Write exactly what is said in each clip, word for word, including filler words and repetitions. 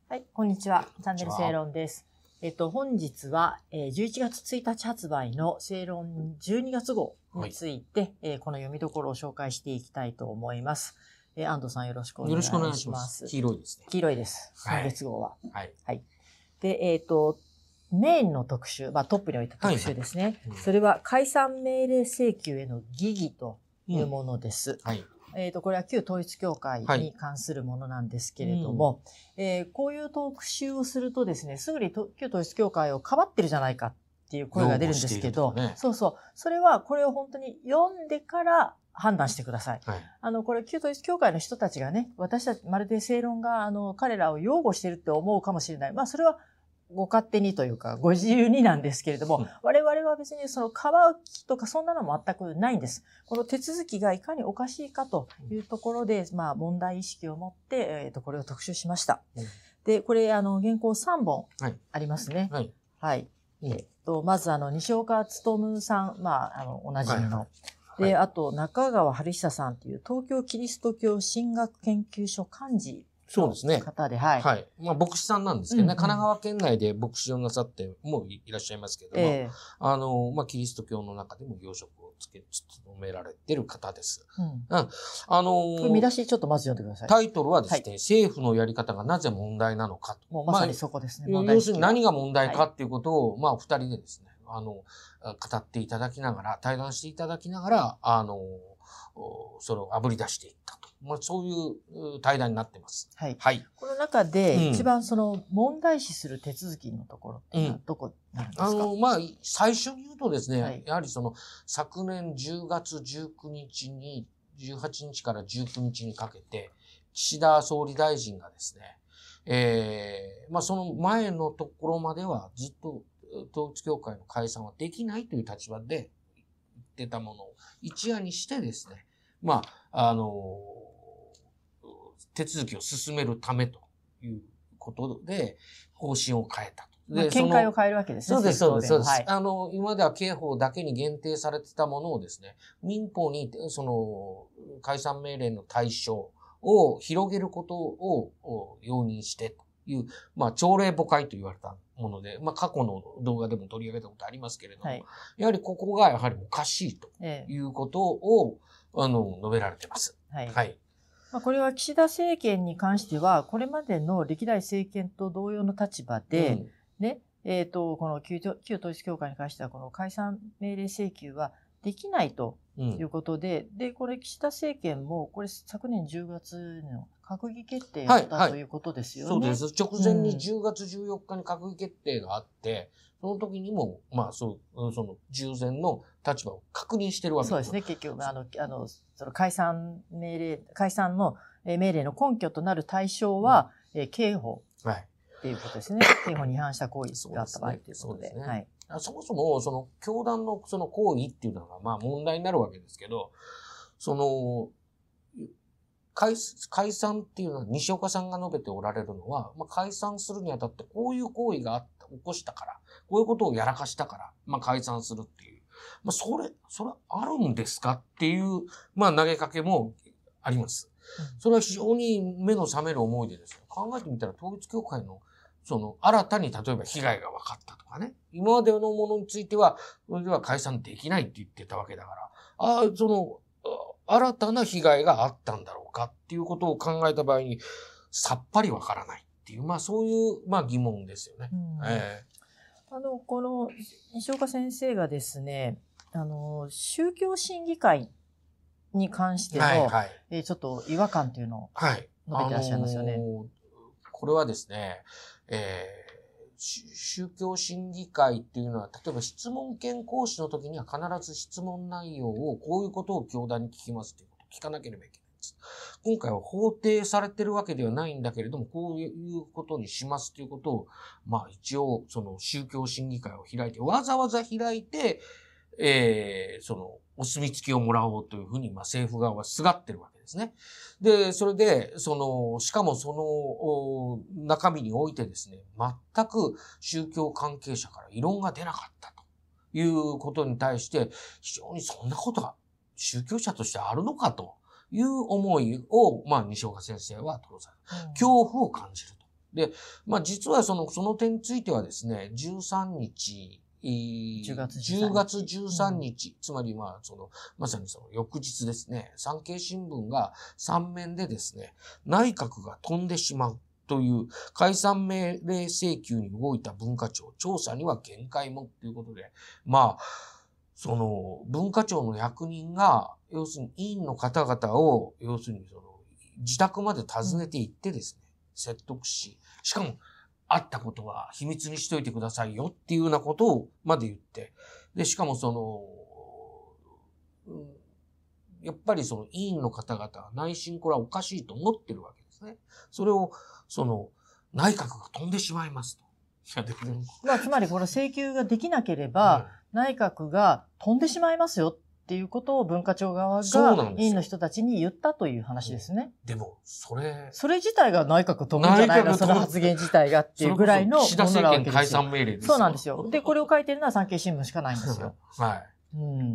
はい、こんにちは。チャンネル正論です。えっと、本日は、えー、じゅういちがつついたち発売の正論じゅうにがつ号について、はい、えー、この読みどころを紹介していきたいと思います。えー、安藤さんよろしくお願いします。よろしくお願いします。 黄色いですね。 黄色いです。今月号は。 はい。 はい。で、えっと、メインの特集、まあトップに置いた特集ですね。はいはい、それは解散命令請求への疑義というものです。うん、はい。えっと、これは旧統一教会に関するものなんですけれども、はい、えー、こういう特集をするとですね、すぐに旧統一教会をかばってるじゃないかっていう声が出るんですけど、ね、そうそう。それは、これを本当に読んでから判断してください。はい、あの、これ旧統一教会の人たちがね、私たち、まるで正論が、あの、彼らを擁護してるって思うかもしれない。まあ、それは、ご勝手にというか、ご自由になんですけれども、うん、我々は別にその、かばう気とかそんなのも全くないんです。この手続きがいかにおかしいかというところで、うん、まあ、問題意識を持って、えっと、これを特集しました。うん、で、これ、あの、原稿さんぼんありますね。はい。はい。うん、えっと、まず、あの、西岡努さん、まあ、あの、おなじみの。はい、で、あと、中川春久さんという東京キリスト教神学研究所幹事。 そうですね。 方で、はい。 はい。まあ、牧師さんなんですけどね、うんうん、神奈川県内で牧師をなさってもいらっしゃいますけども、えー、あの、まあ、キリスト教の中でも要職をつけ、務められている方です。うん。うん、あのー、 見出しちょっとまず読んでください。 タイトルはですね、はい、政府のやり方がなぜ問題なのかと。 もうまさにそこですね。 まあ、要するに何が問題かっていうことを、はい、まあ、二人でですね、あの、語っていただきながら、対談していただきながら、あの、それを炙り出していったと。まあ、そういう対談になってます。 はい。はい。この中で、一番その問題視する手続きのところっていうのはどこになるんですか？ うん、あの、まあ、最初に言うとですね、はい、やはりその、昨年じゅうがつじゅうくにちに、じゅうはちにちからじゅうくにちにかけて、岸田総理大臣がですね、えー、まあ、その前のところまではずっと統一教会の解散はできないという立場で言ってたものを一夜にしてですね、まあ、あの、手続きを進めるためということで、方針を変えたと。 で、見解を変えるわけですね。 そうです、そうです、そうです。はい、あの、今までは刑法だけに限定されてたものをですね、民法に、その、解散命令の対象を広げることを容認してという、まあ、朝令暮改と言われたもので、まあ、過去の動画でも取り上げたことありますけれども、はい、やはりここがやはりおかしいということを、ええ、あの、述べられています。はい。はい。 まあ、これは岸田政権に関しては、これまでの歴代政権と同様の立場で、うん、ね、えっと、この旧統一教会に関しては、この解散命令請求はできないということで、うん、で、これ岸田政権も、これ昨年じゅうがつの閣議決定だった、はい、ということですよね。 そうです。直前にじゅうがつじゅうよっかに閣議決定があって、うん、その時にも、まあ、そう、その従前の立場を確認してるわけです。 そうですね。結局、あの、あの、その解散命令、解散の命令の根拠となる対象は、うん、えー、刑法。はい。っていうことですね。刑法に違反した行為があった場合ということで。そうですね。はい。 そもそも、その、教団のその行為っていうのが、まあ問題になるわけですけど、その、解、解散っていうのは西岡さんが述べておられるのは、まあ解散するにあたってこういう行為があった、起こしたから、こういうことをやらかしたから、まあ解散するっていう。まあそれ、それあるんですかっていう、まあ投げかけもあります。それは非常に目の覚める思いでですね、考えてみたら統一教会のその、新たに例えば被害が分かったとかね。今までのものについては、それでは解散できないって言ってたわけだから、ああ、その、新たな被害があったんだろうかっていうことを考えた場合に、さっぱり分からないっていう、まあそういう、まあ疑問ですよね。うんえー、あの、この、西岡先生がですね、あの、宗教審議会に関しての、はいはいえー、ちょっと違和感というのを述べてらっしゃいますよね。はいあのーこれはですね、えー、宗教審議会っていうのは、例えば質問権行使の時には必ず質問内容を、こういうことを教団に聞きますっていうことを聞かなければいけないんです。今回は法定されてるわけではないんだけれども、こういうことにしますということを、まあ一応、その宗教審議会を開いて、わざわざ開いて、えー、その、お墨付きをもらおうというふうに、まあ政府側はすがってるわけですね。で、それで、その、しかもその中身においてですね、全く宗教関係者から異論が出なかったということに対して、非常にそんなことが宗教者としてあるのかという思いを、まあ、西岡先生は当然、恐怖を感じるで、まあ実はその、その点についてはですね、じゅうさんにち、じゅうがつじゅうさんにち、うん、つまりまあ、その、まさにその翌日ですね、産経新聞が三面でですね、内閣が飛んでしまうという解散命令請求に動いた文化庁、調査には限界もということで、まあ、その、文化庁の役人が、要するに委員の方々を、要するにその、自宅まで訪ねて行ってですね、説得し、しかも、会ったことは秘密にしといてくださいよっていうようなことをまで言って、で、しかもその、やっぱりその委員の方々は内心これはおかしいと思ってるわけですね。それを、その、内閣が飛んでしまいますと。 まあ、つまりこれ請求ができなければ、うん、内閣が飛んでしまいますよっていうことを文化庁側が委員の人たちに言ったという話ですね。 でも、それ。 それ自体が内閣飛ぶんじゃないか、その発言自体がっていうぐらいのものなわけですよ。岸田政権解散命令ですよ。そうなんですよ。で、これを書いてるのは産経新聞しかないんですよ。 はい。うん。うん。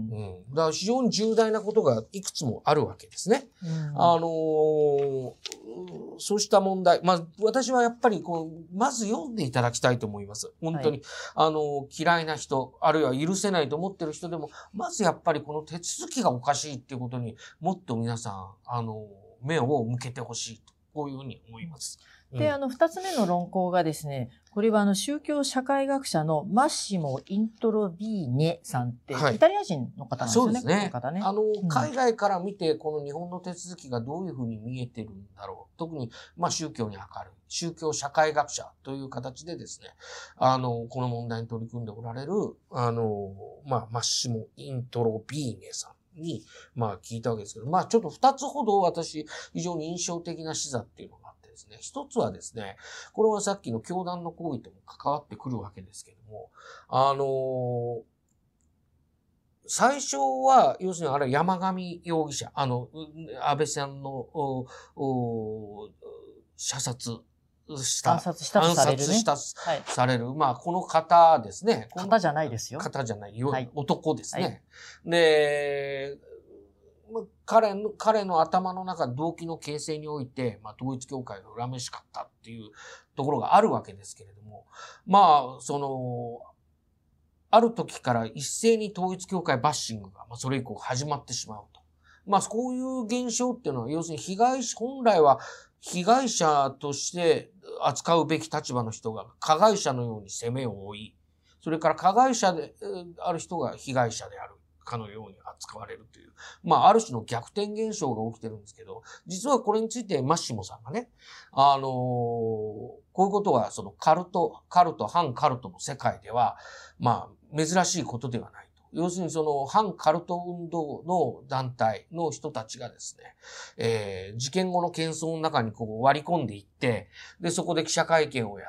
だから非常に重大なことがいくつもあるわけですね。うん、あのー、そうした問題。まあ、私はやっぱりこう、まず読んでいただきたいと思います。本当に。はい、あのー、嫌いな人、あるいは許せないと思ってる人でも、まずやっぱりこの手続きがおかしいっていうことにもっと皆さん、あのー、目を向けてほしいと。こういうふうに思います。 で、あの、二つ目の論考がですね、これはあの、宗教社会学者のマッシモ・イントロビーネさんって、はい、イタリア人の方なんですよね。そうですね。この方ね。 あの、うん、海外から見て、この日本の手続きがどういうふうに見えてるんだろう。特に、まあ、宗教に明るい、宗教社会学者という形でですね、あの、この問題に取り組んでおられる、あの、まあ、マッシモ・イントロビーネさんに、まあ、聞いたわけですけど、まあ、ちょっと二つほど私、非常に印象的な視座っていうのがですね、一つはですね、これはさっきの教団の行為とも関わってくるわけですけども、あのー、最初は、要するにあれ山上容疑者、あの、安倍さんの、おお射殺した。 暗殺したとされるね。 暗殺した、はい、される。まあ、この方ですね。 方じゃないですよ。 方じゃない。はい、男ですね。はい、で、彼の、彼の頭の中、動機の形成において、まあ、統一教会が恨めしかったっていうところがあるわけですけれども、まあ、その、ある時から一斉に統一教会バッシングが、まあ、それ以降始まってしまうと。まあ、こういう現象っていうのは、要するに被害者、本来は被害者として扱うべき立場の人が加害者のように責めを負い、それから加害者である人が被害者であるかのように扱われるという、まあ、ある種の逆転現象が起きてるんですけど、実はこれについてマッシモさんがね、あのー、こういうことは、そのカルト、カルト、反カルトの世界では、まあ、珍しいことではないと。要するにその反カルト運動の団体の人たちがですね、えー、事件後の喧騒の中にこう割り込んでいって、で、そこで記者会見をやって、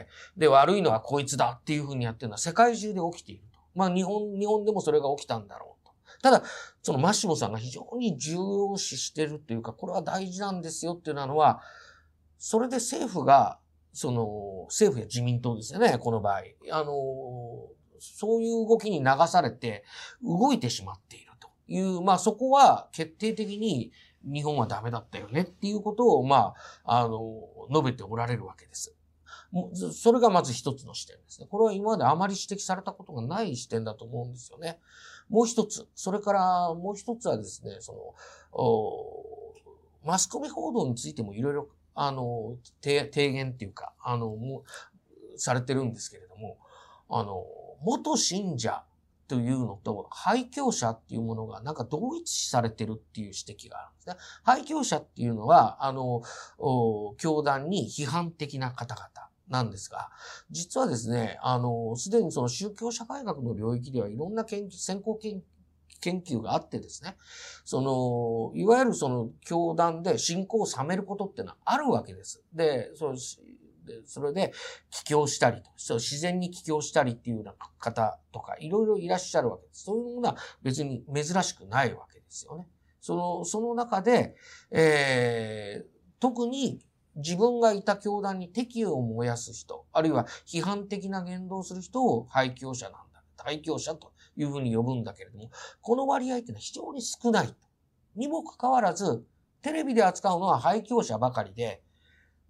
で、悪いのはこいつだっていうふうにやってるのは世界中で起きていると。まあ、日本、日本でもそれが起きたんだろうと。ただ、そのマッシモさんが非常に重要視してるというか、これは大事なんですよっていうのは、それで政府が、その、政府や自民党ですよね、この場合。あの、そういう動きに流されて動いてしまっているという、まあそこは決定的に日本はダメだったよねっていうことを、まあ、あの、述べておられるわけです。それがまず一つの視点ですね。これは今まであまり指摘されたことがない視点だと思うんですよね。もう一つ、それからもう一つはですね、その、マスコミ報道についてもいろいろ、あの、提言っていうか、あの、もう、されてるんですけれども、あの、元信者というのと廃教者っていうものがなんか同一視されてるっていう指摘があるんですね。廃教者っていうのは、あの、教団に批判的な方々なんですが、実はですね、あの、すでにその宗教社会学の領域ではいろんな研究、先行研究、研究があってですね、その、いわゆるその教団で信仰を冷めることってのはあるわけです。で、そうでそれで帰教したりと、そう自然に帰教したりっていうような方とかいろいろいらっしゃるわけです。そういうものは別に珍しくないわけですよね。その、その中で、えー、特に自分がいた教団に敵意を燃やす人、あるいは批判的な言動をする人を廃教者なんだ。廃教者というふうに呼ぶんだけれども、この割合っていうのは非常に少ない。にもかかわらず、テレビで扱うのは廃教者ばかりで、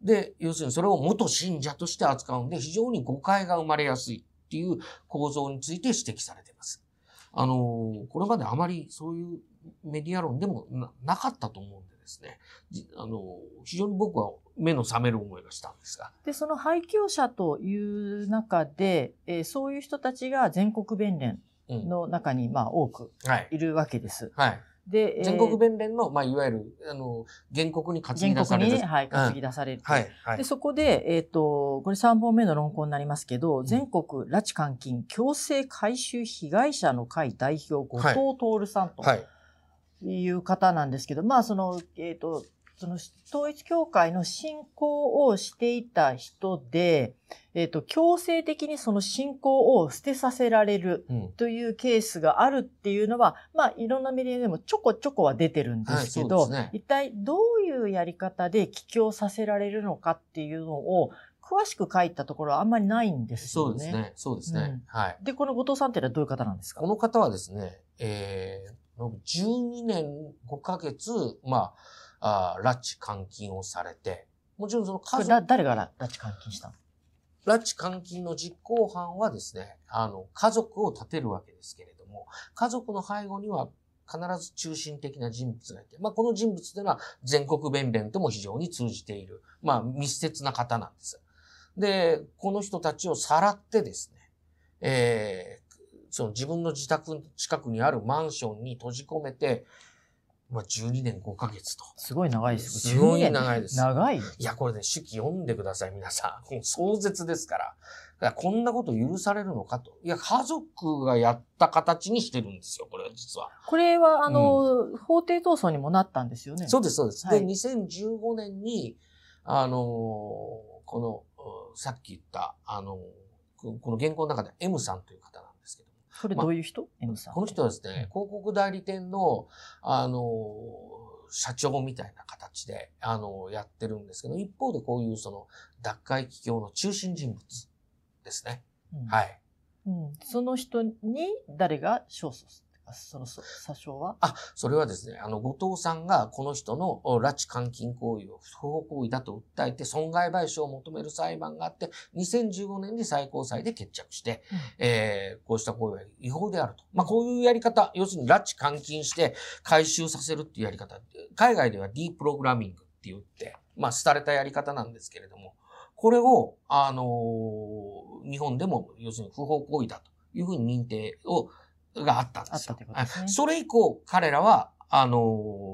で、要するにそれを元信者として扱うんで、非常に誤解が生まれやすいっていう構造について指摘されています。あの、これまであまりそういうメディア論でも な, なかったと思うんでですね、あの、非常に僕は目の覚める思いがしたんですが。 で、その廃教者という中で、えー、そういう人たちが全国弁連の中に、まあ、多くいるわけです。 はい。はいで、全国弁連の、まあ、いわゆる、あの、原告に担ぎ出される。 原告にね、はい、担ぎ出される。 うん、はい、はい。 で、そこで、えっと、これさんぼんめの論考になりますけど、うん、全国拉致監禁強制回収被害者の会代表、後藤徹さんという方なんですけど、はいはい、まあ、その、えっと、その統一教会の信仰をしていた人で、えっと、強制的にその信仰を捨てさせられるというケースがあるっていうのは、うん、まあ、いろんなメディアでもちょこちょこは出てるんですけど、はい、そうですね、一体どういうやり方で帰郷させられるのかっていうのを、詳しく書いたところはあんまりないんですよね。 そうですね。そうですね。うん、はい。 で、この後藤さんっていうのはどういう方なんですか？ この方はですね、えー、じゅうにねんごかげつ、まあ、あ拉致監禁をされて、もちろんその家族。 誰が拉致監禁したの？ 拉致監禁の実行犯はですね、あの、家族を立てるわけですけれども、家族の背後には必ず中心的な人物がいて、まあ、この人物というのは全国弁連とも非常に通じている、まあ、密接な方なんです。で、この人たちをさらってですね、えー、その自分の自宅近くにあるマンションに閉じ込めて、まあ、じゅうにねんごかげつと。 すごい長いです。 すごい長いです。 長い。 いや、これね、手記読んでください、皆さん。壮絶ですから。だからこんなこと許されるのかと。いや、家族がやった形にしてるんですよ、これは実は。 これは、あの、うん、法廷闘争にもなったんですよね。 そうです、そうです。はい、で、にせんじゅうごねんに、あのー、この、さっき言った、あのー、この原稿の中で M さんという方なんですけども。 これどういう人、まあ、 ?M さん。この人はですね、広告代理店の、あのー、社長みたいな形で、あのー、やってるんですけど、一方でこういうその、脱会帰郷の中心人物ですね。うん、はい、 うん。その人に誰が勝訴する？その訴訟はあ、それはですね、あの、後藤さんがこの人の拉致監禁行為を不法行為だと訴えて損害賠償を求める裁判があって、にせんじゅうごねんに最高裁で決着して、うん、えー、こうした行為は違法であると。まあ、こういうやり方、要するに拉致監禁して回収させるっていうやり方、海外ではディープログラミングって言って、まあ、廃れたやり方なんですけれども、これを、あのー、日本でも要するに不法行為だというふうに認定をがあったんですよ。 あったということですね。 それ以降、彼らは、あのー、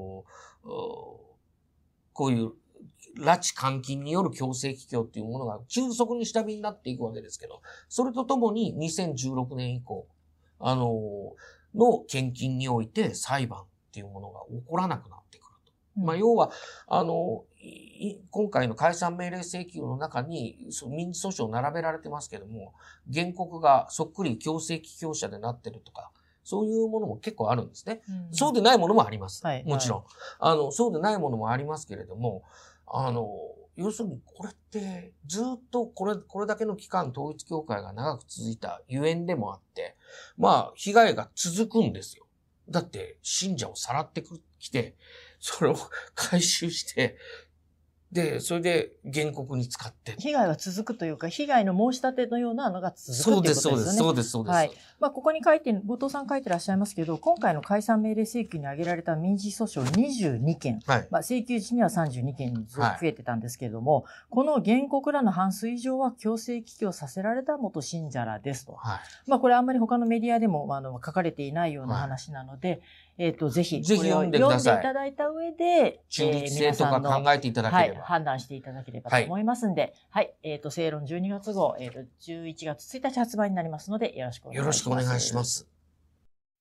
こういう拉致監禁による強制帰郷っていうものが急速に下火になっていくわけですけど、それとともににせんじゅうろくねん以降、あのー、の献金において裁判っていうものが起こらなくなってくると。うん、まあ、要は、あのー、今回の解散命令請求の中に民事訴訟を並べられてますけども、原告がそっくり強制帰郷者でなってるとか、そういうものも結構あるんですね。うん、そうでないものもあります。はい、もちろん、はい。あの、そうでないものもありますけれども、あの、要するにこれってずっとこれ、これだけの期間統一教会が長く続いたゆえんでもあって、まあ、被害が続くんですよ。だって、信者をさらってきて、それを回収して、で、それで原告に使って。 被害が続くというか、被害の申し立てのようなのが続くということですよね。 そうです、そうです、そうです。 はい。まあ、ここに書いて、後藤さん書いてらっしゃいますけど、今回の解散命令請求に挙げられた民事訴訟にじゅうにけん。はい。まあ、請求時にはさんじゅうにけんに増えてたんですけれども、はい、この原告らの半数以上は強制帰郷させられた元信者らですと。はい。まあ、これあんまり他のメディアでも、あの、書かれていないような話なので、はい、えっと、ぜひ、これを読んでいただいた上で、 中立性とか考えていただければ。 はい、判断していただければと思いますんで、はい。はい、えっと、正論じゅうにがつごう、えっと、じゅういちがつついたち発売になりますので、よろしくお願いします。 よろしくお願いします。